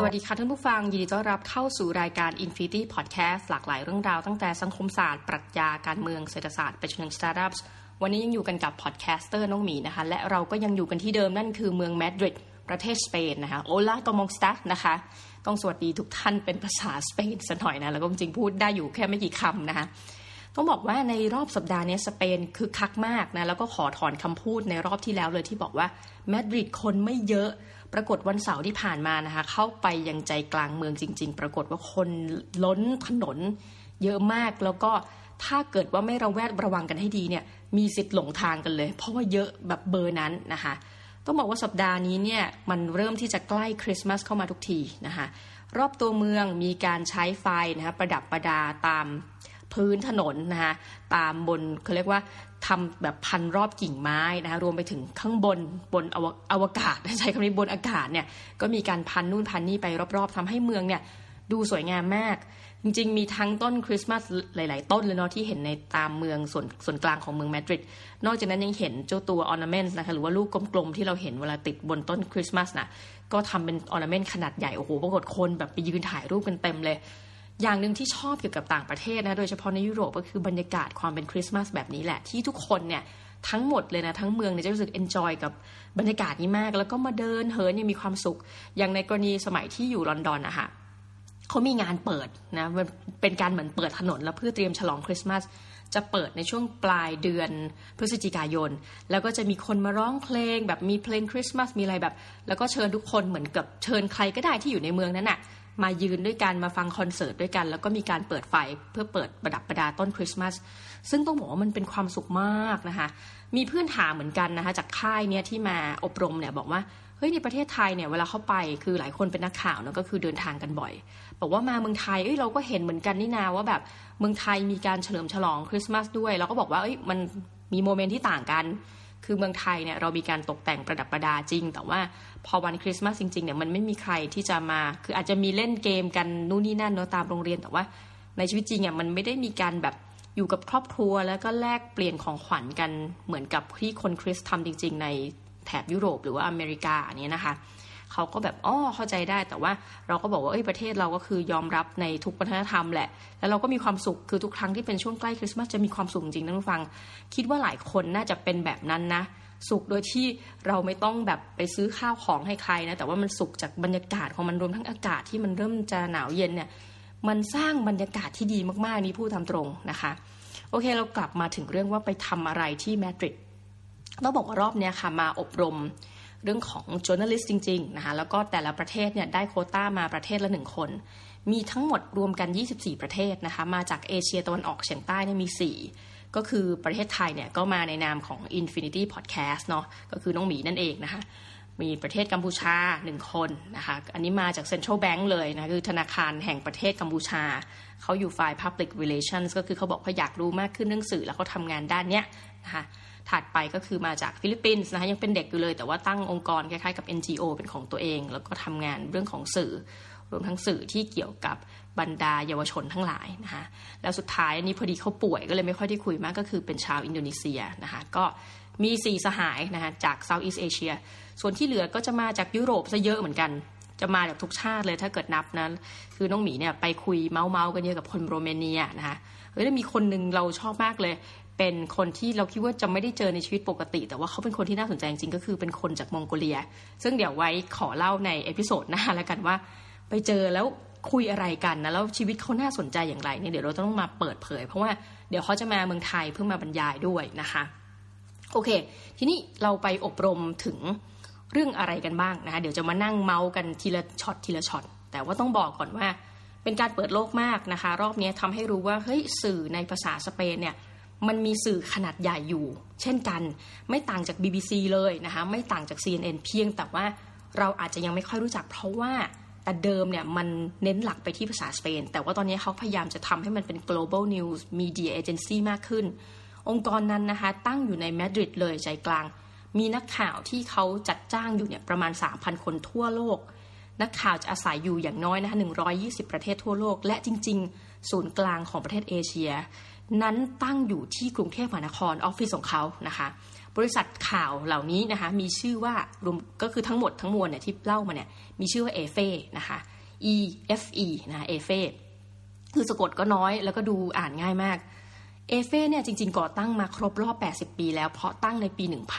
วัสดีค่ะท่านผู้ฟังยินดีต้อนรับเข้าสู่รายการ Infinity Podcast หลากหลายเรื่องราวตั้งแต่สังคมศาสตร์ปรัชญาการเมืองเศรษฐศาสตร์ไปจนถึง Startups วันนี้ยังอยู่กันกับพอดแคสเตอร์น้องหมีนะคะและเราก็ยังอยู่กันที่เดิมนั่นคือเมืองมาดริดประเทศสเปนนะคะโอลาโตมงสตานะคะต้องสวัสดีทุกท่านเป็นภาษาสเปนซะหน่อยนะแล้วก็จริงๆพูดได้อยู่แค่ไม่กี่คำนะคะต้องบอกว่าในรอบสัปดาห์นี้สเปนคึกคักมากนะแล้วก็ขอถอนคำพูดในรอบที่แล้วเลยที่บอกว่ามาดริดคนไม่เยอะปรากฏวันเสาร์ที่ผ่านมานะคะเข้าไปยังใจกลางเมืองจริงๆปรากฏว่าคนล้นถนนเยอะมากแล้วก็ถ้าเกิดว่าไม่ระแวดระวังกันให้ดีเนี่ยมีสิทธิ์หลงทางกันเลยเพราะว่าเยอะแบบเบอร์นั้นนะคะต้องบอกว่าสัปดาห์นี้เนี่ยมันเริ่มที่จะใกล้คริสต์มาสเข้ามาทุกทีนะคะรอบตัวเมืองมีการใช้ไฟนะคะประดับประดาตามพื้นถนนนะคะตามบนเขาเรียกว่าทำแบบพันรอบกิ่งไม้นะคะรวมไปถึงข้างบนอวกาศใช้คำนี้บนอากาศเนี่ยก็มีการพันนู่นพันนี่ไปรอบๆทำให้เมืองเนี่ยดูสวยงามมากจริงๆมีทั้งต้นคริสต์มาสหลายๆต้นเลยเนาะที่เห็นในตามเมืองส่วนกลางของเมืองมาดริดนอกจากนั้นยังเห็นเจ้าตัว ornaments นะคะหรือว่าลูกกลมๆที่เราเห็นเวลาติดบนต้นคริสต์มาสนะก็ทำเป็น ornament ขนาดใหญ่โอ้โหปรากฏคนแบบไปยืนถ่ายรูปกันเต็มเลยอย่างหนึ่งที่ชอบเกี่ยวกับต่างประเทศนะโดยเฉพาะในยุโรปก็คือบรรยากาศความเป็นคริสต์มาสแบบนี้แหละที่ทุกคนเนี่ยทั้งหมดเลยนะทั้งเมืองเนี่ยจะรู้สึก enjoy กับบรรยากาศนี้มากแล้วก็มาเดินเหินยังมีความสุขอย่างในกรณีสมัยที่อยู่ลอนดอนนะคะเขามีงานเปิดนะเป็นการเหมือนเปิดถนนแล้วเพื่อเตรียมฉลองคริสต์มาสจะเปิดในช่วงปลายเดือนพฤศจิกายนแล้วก็จะมีคนมาร้องเพลงแบบมีเพลงคริสต์มาสมีอะไรแบบแล้วก็เชิญทุกคนเหมือนกับเชิญใครก็ได้ที่อยู่ในเมืองนั้นน่ะมายืนด้วยกันมาฟังคอนเสิร์ตด้วยกันแล้วก็มีการเปิดไฟเพื่อเปิดประดับประดาต้นคริสต์มาสซึ่งต้องบอกว่ามันเป็นความสุขมากนะคะมีเพื่อนถามเหมือนกันนะคะจากค่ายเนี่ยที่มาอบรมเนี่ยบอกว่าเฮ้ยในประเทศไทยเนี่ยเวลาเข้าไปคือหลายคนเป็นนักข่าวนะก็คือเดินทางกันบ่อยบอกว่ามาเมืองไทยเราก็เห็นเหมือนกันนี่นาว่าแบบเมืองไทยมีการเฉลิมฉลองคริสต์มาสด้วยเราก็บอกว่ามันมีโมเมนต์ที่ต่างกันคือเมืองไทยเนี่ยเรามีการตกแต่งประดับประดาจริงแต่ว่าพอวันคริสต์มาสจริงๆเนี่ยมันไม่มีใครที่จะมาคืออาจจะมีเล่นเกมกันนู่นนี่นั่นเนาะตามโรงเรียนแต่ว่าในชีวิตจริงอ่ะมันไม่ได้มีการแบบอยู่กับครอบครัวแล้วก็แลกเปลี่ยนของขวัญกันเหมือนกับที่คนคริสต์ทำจริงๆในแถบยุโรปหรือว่าอเมริกาเนี่ยนะคะเขาก็แบบเข้าใจได้แต่ว่าเราก็บอกว่าประเทศเราก็คือยอมรับในทุกวัฒนธรรมแหละแล้วเราก็มีความสุขคือทุกครั้งที่เป็นช่วงใกล้คริสต์มาสจะมีความสุขจริงๆท่านผู้ฟังคิดว่าหลายคนน่าจะเป็นแบบนั้นนะสุขโดยที่เราไม่ต้องแบบไปซื้อข้าวของให้ใครนะแต่ว่ามันสุขจากบรรยากาศของมันรวมทั้งอากาศที่มันเริ่มจะหนาวเย็นเนี่ยมันสร้างบรรยากาศที่ดีมากๆนี่พูดตามตรงนะคะโอเคเรากลับมาถึงเรื่องว่าไปทำอะไรที่มาดริดต้องบอกว่ารอบนี้ค่ะมาอบรมเรื่องของ journalist จริงๆนะคะแล้วก็แต่ละประเทศเนี่ยได้โควต้ามาประเทศละ1คนมีทั้งหมดรวมกัน24ประเทศนะคะมาจากเอเชียตะวันออกเฉียงใต้เนี่ยมี4ก็คือประเทศไทยเนี่ยก็มาในนามของ Infinity Podcast เนาะก็คือน้องหมีนั่นเองนะคะมีประเทศกัมพูชา1คนนะคะอันนี้มาจาก Central Bank เลยนะคือธนาคารแห่งประเทศกัมพูชาเขาอยู่ฝ่าย Public Relations ก็คือเขาบอกเขาอยากรู้มากขึ้นเรื่องสื่อแล้วเขาทำงานด้านเนี้ยนะคะถัดไปก็คือมาจากฟิลิปปินส์นะคะยังเป็นเด็กอยู่เลยแต่ว่าตั้งองค์กรคล้ายๆกับ NGO เป็นของตัวเองแล้วก็ทำงานเรื่องของสื่อรวมทั้งสื่อที่เกี่ยวกับบรรดาเยาวชนทั้งหลายนะคะแล้วสุดท้ายอันนี้พอดีเขาป่วยก็เลยไม่ค่อยได้คุยมากก็คือเป็นชาวอินโดนีเซียนะคะก็มี4สหายนะคะจาก Southeast Asia ส่วนที่เหลือก็จะมาจากยุโรปซะเยอะเหมือนกันจะมาจากทุกชาติเลยถ้าเกิดนับนะคือน้องหมีเนี่ยไปคุยเมาส์กันเยอะกับคนโรมาเนียนะคะแล้วมีคนนึงเราชอบมากเลยเป็นคนที่เราคิดว่าจะไม่ได้เจอในชีวิตปกติแต่ว่าเขาเป็นคนที่น่าสนใจจริงๆก็คือเป็นคนจากมองโกเลียซึ่งเดี๋ยวไว้ขอเล่าในเอพิโซดหน้าแล้วกันว่าไปเจอแล้วคุยอะไรกันนะแล้วชีวิตเขาน่าสนใจอย่างไรเนี่ยเดี๋ยวเราต้องมาเปิดเผยเพราะว่าเดี๋ยวเขาจะมาเมืองไทยเพื่อมาบรรยายด้วยนะคะโอเคทีนี้เราไปอบรมถึงเรื่องอะไรกันบ้างนะคะเดี๋ยวจะมานั่งเมาส์กันทีละช็อตแต่ว่าต้องบอกก่อนว่าเป็นการเปิดโลกมากนะคะรอบนี้ทำให้รู้ว่าเฮ้ยสื่อในภาษาสเปนเนี่ยมันมีสื่อขนาดใหญ่อยู่เช่นกันไม่ต่างจาก BBC เลยนะคะไม่ต่างจาก CNN เพียงแต่ว่าเราอาจจะยังไม่ค่อยรู้จักเพราะว่าแต่เดิมเนี่ยมันเน้นหลักไปที่ภาษาสเปนแต่ว่าตอนนี้เขาพยายามจะทำให้มันเป็น global news media agency มากขึ้นองค์กรนั้นนะคะตั้งอยู่ในมาดริดเลยใจกลางมีนักข่าวที่เขาจัดจ้างอยู่เนี่ยประมาณ 3,000 คนทั่วโลกนักข่าวจะอาศัยอยู่อย่างน้อยนะคะ120ประเทศทั่วโลกและจริงๆศูนย์กลางของประเทศเอเชียนั้นตั้งอยู่ที่กรุงเทพมหานครออฟฟิศของเขานะคะบริษัทข่าวเหล่านี้นะคะมีชื่อว่ารวมก็คือทั้งหมดทั้งมวลเนี่ยที่เล่ามาเนี่ยมีชื่อว่าเอเฟ่นะคะ EFE นะเอเฟคือสะกดก็น้อยแล้วก็ดูอ่านง่ายมากเอเฟเนี่ยจริงๆก่อตั้งมาครบรอบ80ปีแล้วเพราะตั้งในปี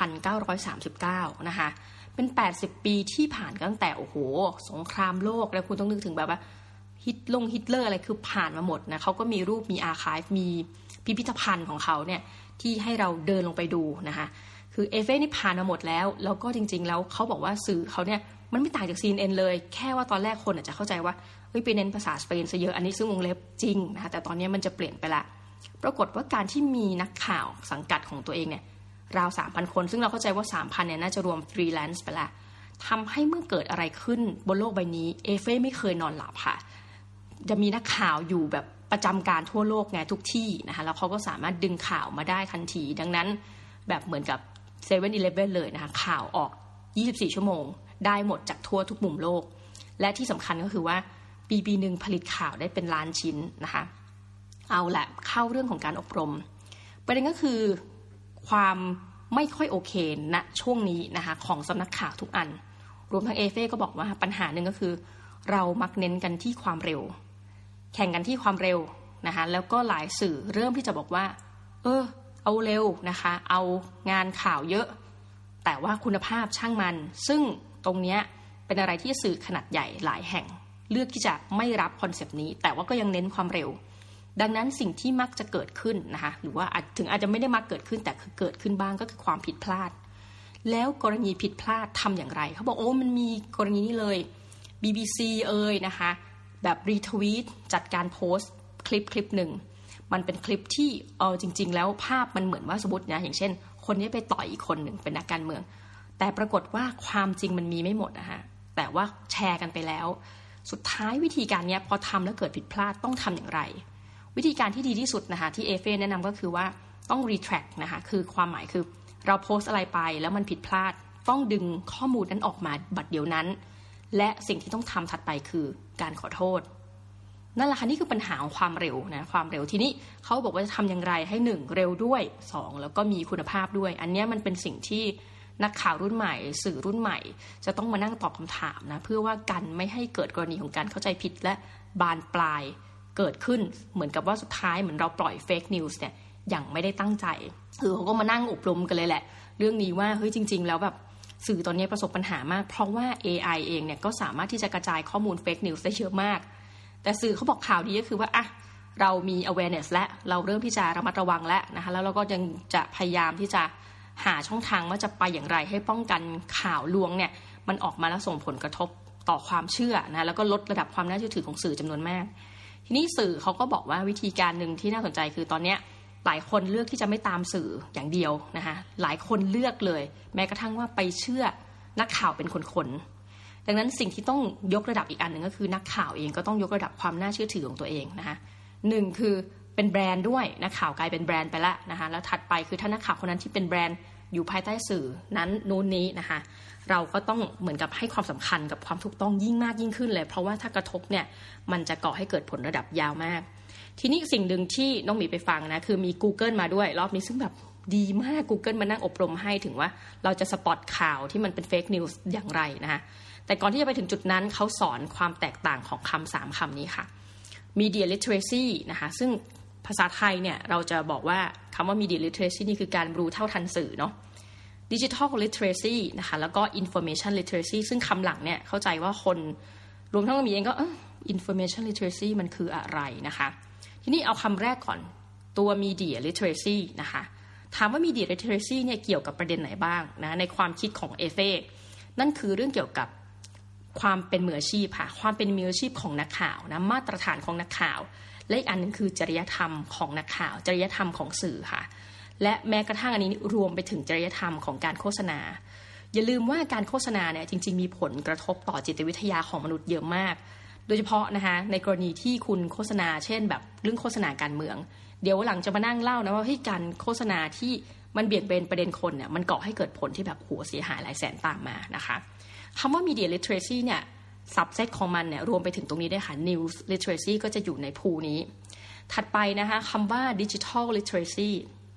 1939นะคะเป็น80ปีที่ผ่านตั้งแต่โอ้โหสงครามโลกแล้วคุณต้องนึกถึงแบบว่าฮิตเลอร์อะไรคือผ่านมาหมดนะเขาก็มีรูปมีอาร์ไคฟ์มีพิพิธภัณฑ์ของเขาเนี่ยที่ให้เราเดินลงไปดูนะคะคือเอเฟนี่ผ่านมาหมดแล้วก็จริงๆแล้วเขาบอกว่าสื่อเขาเนี่ยมันไม่ต่างจาก CNN เลยแค่ว่าตอนแรกคนอาจจะเข้าใจว่าไปเน้นภาษาสเปนซะเยอะอันนี้ซึ่งวงเล็บจริงนะคะแต่ตอนนี้มันจะเปลี่ยนไปละปรากฏว่าการที่มีนักข่าวสังกัดของตัวเองเนี่ยราว 3,000 คนซึ่งเราเข้าใจว่า 3,000 เนี่ยน่าจะรวมฟรีแลนซ์ไปละทำให้เมื่อเกิดอะไรขึ้นบนโลกใบนี้เอเฟ่ไม่เคยนอนหลับค่ะจะมีนักข่าวอยู่แบบประจำการทั่วโลกไงทุกที่นะคะแล้วเขาก็สามารถดึงข่าวมาได้ทันทีดังนั้นแบบเหมือนกับ 7-Eleven เลยนะคะข่าวออก24ชั่วโมงได้หมดจากทั่วทุกมุมโลกและที่สำคัญก็คือว่าปีนึงผลิตข่าวได้เป็นล้านชิ้นนะคะเอาละเข้าเรื่องของการอบรมประเด็นก็คือความไม่ค่อยโอเคณช่วงนี้นะคะของสำนักข่าวทุกอันรวมทั้งเอเฟ่ก็บอกว่าปัญหาหนึ่งก็คือเรามักเน้นกันที่ความเร็วแข่งกันที่ความเร็วนะคะแล้วก็หลายสื่อเริ่มที่จะบอกว่าเอาเร็วนะคะเอางานข่าวเยอะแต่ว่าคุณภาพช่างมันซึ่งตรงนี้เป็นอะไรที่สื่อขนาดใหญ่หลายแห่งเลือกที่จะไม่รับคอนเซปต์นี้แต่ว่าก็ยังเน้นความเร็วดังนั้นสิ่งที่มักจะเกิดขึ้นนะคะหรือว่าถึงอาจจะไม่ได้มักเกิดขึ้นแต่คือเกิดขึ้นบ้างก็คือความผิดพลาดแล้วกรณีผิดพลาดทำอย่างไรเขาบอกมันมีกรณีนี้เลย BBC นะคะแบบรีทวีตจัดการโพสต์คลิปหนึ่งมันเป็นคลิปที่จริงๆแล้วภาพมันเหมือนว่าสมมตินะอย่างเช่นคนนี้ไปต่อยอีกคนหนึ่งเป็นนักการเมืองแต่ปรากฏว่าความจริงมันมีไม่หมดนะคะแต่ว่าแชร์กันไปแล้วสุดท้ายวิธีการนี้พอทำแล้วเกิดผิดพลาดต้องทำอย่างไรวิธีการที่ดีที่สุดนะคะที่เอเฟ่แนะนำก็คือว่าต้อง retract นะคะคือความหมายคือเราโพสต์อะไรไปแล้วมันผิดพลาดต้องดึงข้อมูลนั้นออกมาบัดเดียวนั้นและสิ่งที่ต้องทำถัดไปคือการขอโทษนั่นแหละค่ะนี่คือปัญหาของความเร็วนะความเร็วทีนี้เขาบอกว่าจะทำอย่างไรให้1เร็วด้วย2แล้วก็มีคุณภาพด้วยอันนี้มันเป็นสิ่งที่นักข่าวรุ่นใหม่สื่อรุ่นใหม่จะต้องมานั่งตอบคำถามนะเพื่อว่ากันไม่ให้เกิดกรณีของการเข้าใจผิดและบานปลายเกิดขึ้นเหมือนกับว่าสุดท้ายเหมือนเราปล่อยเฟกนิวส์เนี่ยอย่างไม่ได้ตั้งใจคือเขาก็มานั่งอบรมกันเลยแหละเรื่องนี้ว่าเฮ้ยจริงๆแล้วแบบสื่อตอนนี้ประสบปัญหามากเพราะว่า AI เองเนี่ยก็สามารถที่จะกระจายข้อมูลเฟกนิวส์ได้เยอะมากแต่สื่อเขาบอกข่าวดีก็คือว่าเรามี awareness และเราเริ่มที่จะระมัดระวังแล้วนะคะแล้วเราก็ยังจะพยายามที่จะหาช่องทางว่าจะไปอย่างไรให้ป้องกันข่าวลวงเนี่ยมันออกมาแล้วส่งผลกระทบต่อความเชื่อนะแล้วก็ลดระดับความน่าเชื่อถือของสื่อจำนวนมากทีนี้สื่อเขาก็บอกว่าวิธีการหนึ่งที่น่าสนใจคือตอนนี้หลายคนเลือกที่จะไม่ตามสื่ออย่างเดียวนะคะหลายคนเลือกเลยแม้กระทั่งว่าไปเชื่อนักข่าวเป็นคนดังนั้นสิ่งที่ต้องยกระดับอีกอันหนึ่งก็คือนักข่าวเองก็ต้องยกระดับความน่าเชื่อถือของตัวเองนะคะ1คือเป็นแบรนด์ด้วยนักข่าวกลายเป็นแบรนด์ไปแล้วนะคะแล้วถัดไปคือถ้านักข่าวคนนั้นที่เป็นแบรนด์อยู่ภายใต้สื่อนั้นนู้นนี้นะคะเราก็ต้องเหมือนกับให้ความสำคัญกับความถูกต้องยิ่งมากยิ่งขึ้นเลยเพราะว่าถ้ากระทบเนี่ยมันจะก่อให้เกิดผลระดับยาวมากทีนี้สิ่งหนึ่งที่น้องหมีไปฟังนะคือมี Google มาด้วยรอบนี้ซึ่งแบบดีมาก Google มานั่งอบรมให้ถึงว่าเราจะสปอตข่าวที่มันเป็นเฟกนิวส์อย่างไรนะคะแต่ก่อนที่จะไปถึงจุดนั้นเขาสอนความแตกต่างของคำ3คำนี้ค่ะ Media Literacy นะคะซึ่งภาษาไทยเนี่ยเราจะบอกว่าคำว่า Media Literacy นี่คือการรู้เท่าทันสื่อเนาะ Digital Literacy นะคะแล้วก็ Information Literacy ซึ่งคำหลังเนี่ยเข้าใจว่าคนรวมทั้งมีเองก็Information Literacy มันคืออะไรนะคะทีนี้เอาคำแรกก่อนตัว Media Literacy นะคะถามว่า Media Literacy เนี่ยเกี่ยวกับประเด็นไหนบ้างนะในความคิดของเอเฟ่นั่นคือเรื่องเกี่ยวกับความเป็นมืออาชีพค่ะความเป็นมืออาชีพของนักข่าวนะมาตรฐานของนักข่าวและอีกอันนึงคือจริยธรรมของนักข่าวจริยธรรมของสื่อค่ะและแม้กระทั่งอันนี้รวมไปถึงจริยธรรมของการโฆษณาอย่าลืมว่าการโฆษณาเนี่ยจริงๆมีผลกระทบต่อจิตวิทยาของมนุษย์เยอะมากโดยเฉพาะนะคะในกรณีที่คุณโฆษณาเช่นแบบเรื่องโฆษณาการเมืองเดี๋ยวหลังจะมานั่งเล่านะว่าการโฆษณาที่มันเบี่ยงเบนประเด็นคนเนี่ยมันก่อให้เกิดผลที่แบบหัวเสียหายหลายแสนตามมานะคะคำว่า media literacy เนี่ย subset ของมันเนี่ยรวมไปถึงตรงนี้ได้ค่ะ news literacy ก็จะอยู่ในภูนี้ถัดไปนะคะคำว่า digital literacy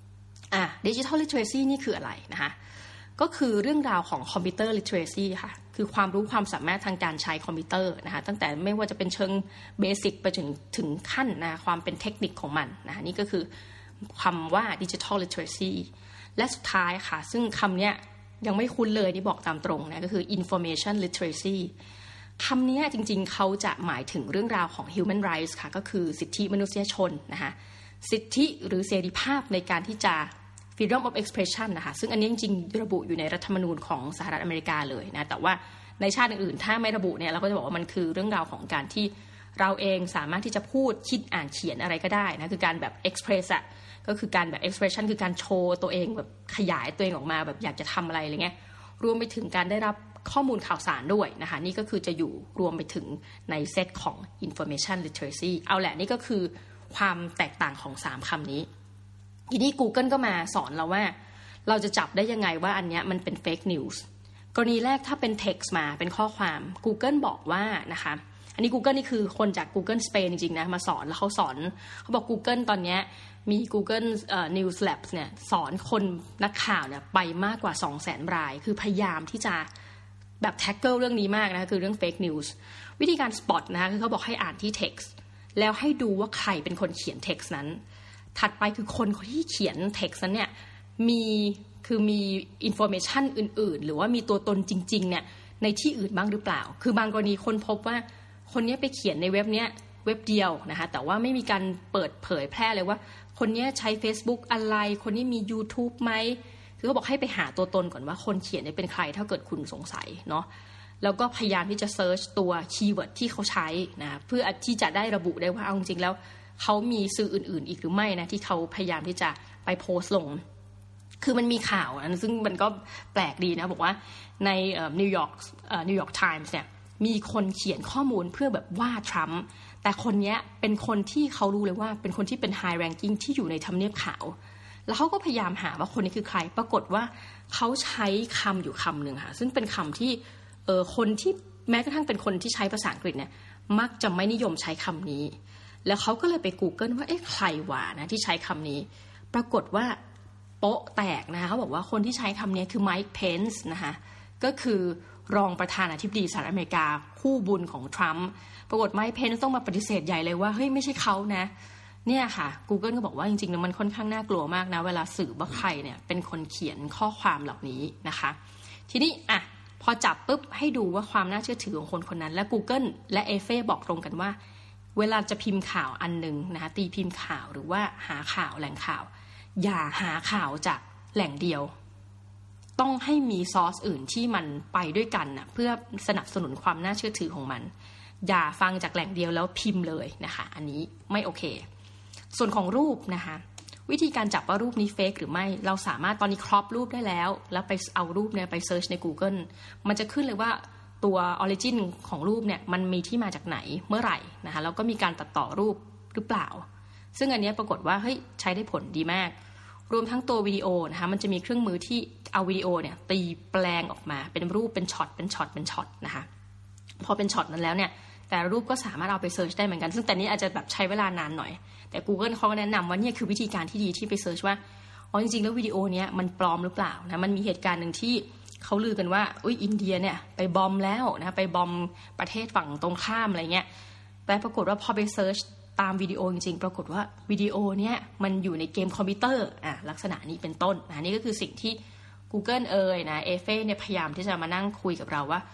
digital literacy นี่คืออะไรนะคะก็คือเรื่องราวของ computer literacy ค่ะคือความรู้ความสามารถทางการใช้คอมพิวเตอร์นะคะตั้งแต่ไม่ว่าจะเป็นเชิงเบสิกไปถึงขั้นนะความเป็นเทคนิคของมันนะนี่ก็คือคำว่า Digital Literacy และสุดท้ายค่ะซึ่งคำนี้ยังไม่คุ้นเลยนี่บอกตามตรงนะก็คือ Information Literacy คำนี้จริงๆเขาจะหมายถึงเรื่องราวของ Human Rights ค่ะก็คือสิทธิมนุษยชนนะคะสิทธิหรือเสรีภาพในการที่จะ Freedom of Expression นะคะซึ่งอันนี้จริงๆระบุอยู่ในรัฐธรรมนูญของสหรัฐอเมริกาเลยนะแต่ว่าในชาติอื่นๆถ้าไม่ระบุเนี่ยเราก็จะบอกว่ามันคือเรื่องราวของการที่เราเองสามารถที่จะพูดคิดอ่านเขียนอะไรก็ได้นะคือการแบบ express อะก็คือการแบบ expression คือการโชว์ตัวเองแบบขยายตัวเองออกมาแบบอยากจะทำอะไรเงี้ยรวมไปถึงการได้รับข้อมูลข่าวสารด้วยนะคะนี่ก็คือจะอยู่รวมไปถึงในเซตของ information literacy เอาแหละนี่ก็คือความแตกต่างของ3คำนี้ทีนี้ Google ก็มาสอนเราว่าเราจะจับได้ยังไงว่าอันเนี้ยมันเป็น fake news กรณีแรกถ้าเป็น text มาเป็นข้อความ Google บอกว่านะคะอันนี้ Google นี่คือคนจาก Google Spain จริงๆนะมาสอนแล้วเขาสอนเขาบอก Google ตอนนี้มี Google News Labs เนี่ยสอนคนนักข่าวเนี่ยไปมากกว่า 200,000 รายคือพยายามที่จะแบบ tackle เรื่องนี้มากนะคือเรื่อง fake news วิธีการ spot นะคะคือเขาบอกให้อ่านที่ text แล้วให้ดูว่าใครเป็นคนเขียน text นั้นถัดไปคือคนที่เขียน text นั้นเนี่ยมี information อื่นๆหรือว่ามีตัวตนจริงๆเนี่ยในที่อื่นบ้างหรือเปล่าคือบางกรณีคนพบว่าคนนี้ไปเขียนในเว็บเนี้ยเว็บเดียวนะคะแต่ว่าไม่มีการเปิดเผยแพร่เลยว่าคนนี้ใช้ Facebook อะไรคนนี้มี YouTube ไหมคือเขาบอกให้ไปหาตัวตนก่อนว่าคนเขียนเนี่ยเป็นใครถ้าเกิดคุณสงสัยเนาะแล้วก็พยายามที่จะเซิร์ชตัวคีย์เวิร์ดที่เขาใช้นะเพื่อที่จะได้ระบุได้ว่าเอาจริงๆแล้วเขามีสื่ออื่นๆอีกหรือไม่นะที่เขาพยายามที่จะไปโพสต์ลงคือมันมีข่าวนะซึ่งมันก็แปลกดีนะบอกว่าในนิวยอร์กไทมส์เนี่ยมีคนเขียนข้อมูลเพื่อแบบว่าทรัมป์แต่คนนี้เป็นคนที่เขารู้เลยว่าเป็นคนที่เป็นไฮแรงกิ้งที่อยู่ในทำเนียบขาวแล้วเขาก็พยายามหาว่าคนนี้คือใครปรากฏว่าเขาใช้คำอยู่คำหนึ่งค่ะซึ่งเป็นคำที่คนที่แม้กระทั่งเป็นคนที่ใช้ภาษาอังกฤษเนี่ยมักจะไม่นิยมใช้คำนี้แล้วเขาก็เลยไป Google ว่าเอ๊ะใครวะนะที่ใช้คำนี้ปรากฏว่าโป๊ะแตกนะคะเขาบอกว่าคนที่ใช้คำนี้คือไมค์เพนส์นะคะก็คือรองประธานาธิบดีสหรัฐอเมริกาคู่บุญของทรัมป์ปรากฏไมค์เพนส์ต้องมาปฏิเสธใหญ่เลยว่าเฮ้ยไม่ใช่เขานะเนี่ยค่ะ Google ก็บอกว่าจริงๆมันค่อนข้างน่ากลัวมากนะเวลาสื่อว่าใครเนี่ยเป็นคนเขียนข้อความเหล่านี้นะคะทีนี้อ่ะพอจับปุ๊บให้ดูว่าความน่าเชื่อถือของคนคนนั้นและ Google และเอเฟ่บอกตรงกันว่าเวลาจะพิมพ์ข่าวอันนึงนะคะตีพิมพ์ข่าวหรือว่าหาข่าวแหล่งข่าวอย่าหาข่าวจากแหล่งเดียวต้องให้มีซอสอื่นที่มันไปด้วยกันนะเพื่อสนับสนุนความน่าเชื่อถือของมันอย่าฟังจากแหล่งเดียวแล้วพิมพ์เลยนะคะอันนี้ไม่โอเคส่วนของรูปนะคะวิธีการจับว่ารูปนี้เฟกหรือไม่เราสามารถตอนนี้ครอปรูปได้แล้วไปเอารูปเนี่ยไปเซิร์ชใน Google มันจะขึ้นเลยว่าตัวออริจินของรูปเนี่ยมันมีที่มาจากไหนเมื่อไหร่นะคะแล้วก็มีการตัดต่อรูปหรือเปล่าซึ่งอันนี้ปรากฏว่าเฮ้ยใช้ได้ผลดีมากรวมทั้งตัววิดีโอนะคะมันจะมีเครื่องมือที่เอาวิดีโอเนี่ยตีแปลงออกมาเป็นรูปเป็นช็อตนะคะพอเป็นช็อตนั้นแล้วเนี่ยแต่รูปก็สามารถเอาไปเซิร์ชได้เหมือนกันซึ่งแต่นี้อาจจะแบบใช้เวลานานหน่อยแต่ Google เขาก็แนะนำว่านี่คือวิธีการที่ดีที่ไปเซิร์ชว่าอ๋อจริงๆแล้ววิดีโอเนี้ยมันปลอมหรือเปล่านะมันมีเหตุการณ์หนึ่งที่เขาลือกันว่าอินเดียเนี่ยไปบอมแล้วนะไปบอมประเทศฝั่งตรงข้ามอะไรเงี้ยแต่ปรากฏว่าพอไปเซิร์ชตามวิดีโอจริงๆปรากฏว่าวิดีโอเนี้ยมันอยู่ในเกมคอมพิวเตอร์ลักษณะนี้เป็นต้นนะนี่ก็คือสิ่งที่ Google นะเอเฟ่เนี่ยพยายามที่จะมานั่งคุยกับเราว่า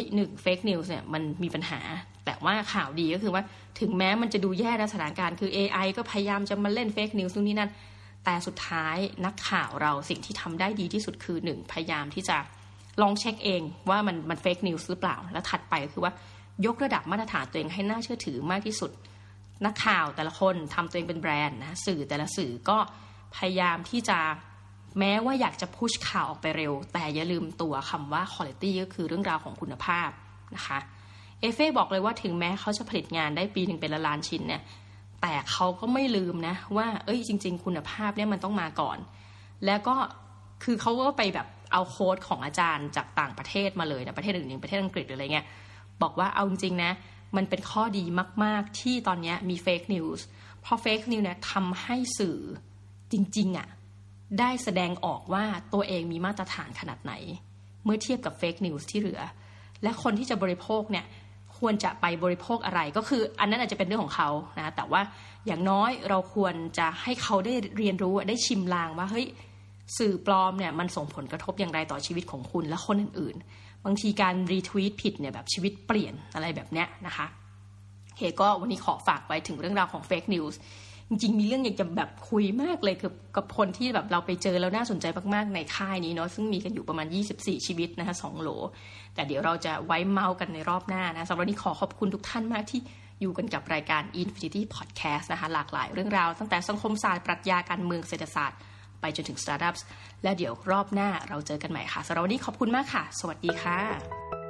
1 fake news เนี่ยมันมีปัญหาแต่ว่าข่าวดีก็คือว่าถึงแม้มันจะดูแย่ในสถานการณ์คือ AI ก็พยายามจะมาเล่น fake news นู่นนี่นั่นแต่สุดท้ายนักข่าวเราสิ่งที่ทำได้ดีที่สุดคือ1พยายามที่จะลองเช็คเองว่ามัน fake news หรือเปล่าแล้วถัดไปก็คือว่ายกระดับมาตรฐานตัวเองให้น่าเชื่อถือมากที่สุดนักข่าวแต่ละคนทำตัวเองเป็นแบรนด์นะสื่อแต่ละสื่อก็พยายามที่จะแม้ว่าอยากจะพุชข่าวออกไปเร็วแต่อย่าลืมตัวคำว่า quality ก็คือเรื่องราวของคุณภาพนะคะเอเฟ่บอกเลยว่าถึงแม้เขาจะผลิตงานได้ปีนึงเป็นล้านชิ้นเนี่ยแต่เขาก็ไม่ลืมนะว่าจริงๆคุณภาพเนี่ยมันต้องมาก่อนแล้วก็คือเขาก็ไปแบบเอาโค้ดของอาจารย์จากต่างประเทศมาเลยนะประเทศอื่นๆประเทศอังกฤษหรืออะไรเงี้ยบอกว่าเอาจริงๆนะมันเป็นข้อดีมากๆที่ตอนนี้มีเฟกนิวส์เพราะเฟกนิวส์เนี่ยทำให้สื่อจริงๆได้แสดงออกว่าตัวเองมีมาตรฐานขนาดไหนเมื่อเทียบกับเฟกนิวส์ที่เหลือและคนที่จะบริโภคเนี่ยควรจะไปบริโภคอะไรก็คืออันนั้นอาจจะเป็นเรื่องของเขานะแต่ว่าอย่างน้อยเราควรจะให้เขาได้เรียนรู้ได้ชิมลางว่าเฮ้ยสื่อปลอมเนี่ยมันส่งผลกระทบอย่างไรต่อชีวิตของคุณและคนอื่นๆบางทีการรีทวีตผิดเนี่ยแบบชีวิตเปลี่ยนอะไรแบบเนี้ยนะคะก็วันนี้ขอฝากไว้ถึงเรื่องราวของเฟคนิวส์จริงๆมีเรื่องอยากจะแบบคุยมากเลยกับคนที่แบบเราไปเจอแล้วน่าสนใจมากๆในค่ายนี้เนาะซึ่งมีกันอยู่ประมาณ24ชีวิตนะคะ2โหลแต่เดี๋ยวเราจะไว้เมาส์กันในรอบหน้านะสำหรับวันนี้ขอบคุณทุกท่านมากที่อยู่กันกับรายการ Infinity Podcast นะคะหลากหลายเรื่องราวตั้งแต่สังคมศาสตร์ปรัชญาการเมืองเศรษฐศาสตร์ไปจนถึง Startups และเดี๋ยวรอบหน้าเราเจอกันใหม่ค่ะสำหรับวันนี้ขอบคุณมากค่ะสวัสดีค่ะ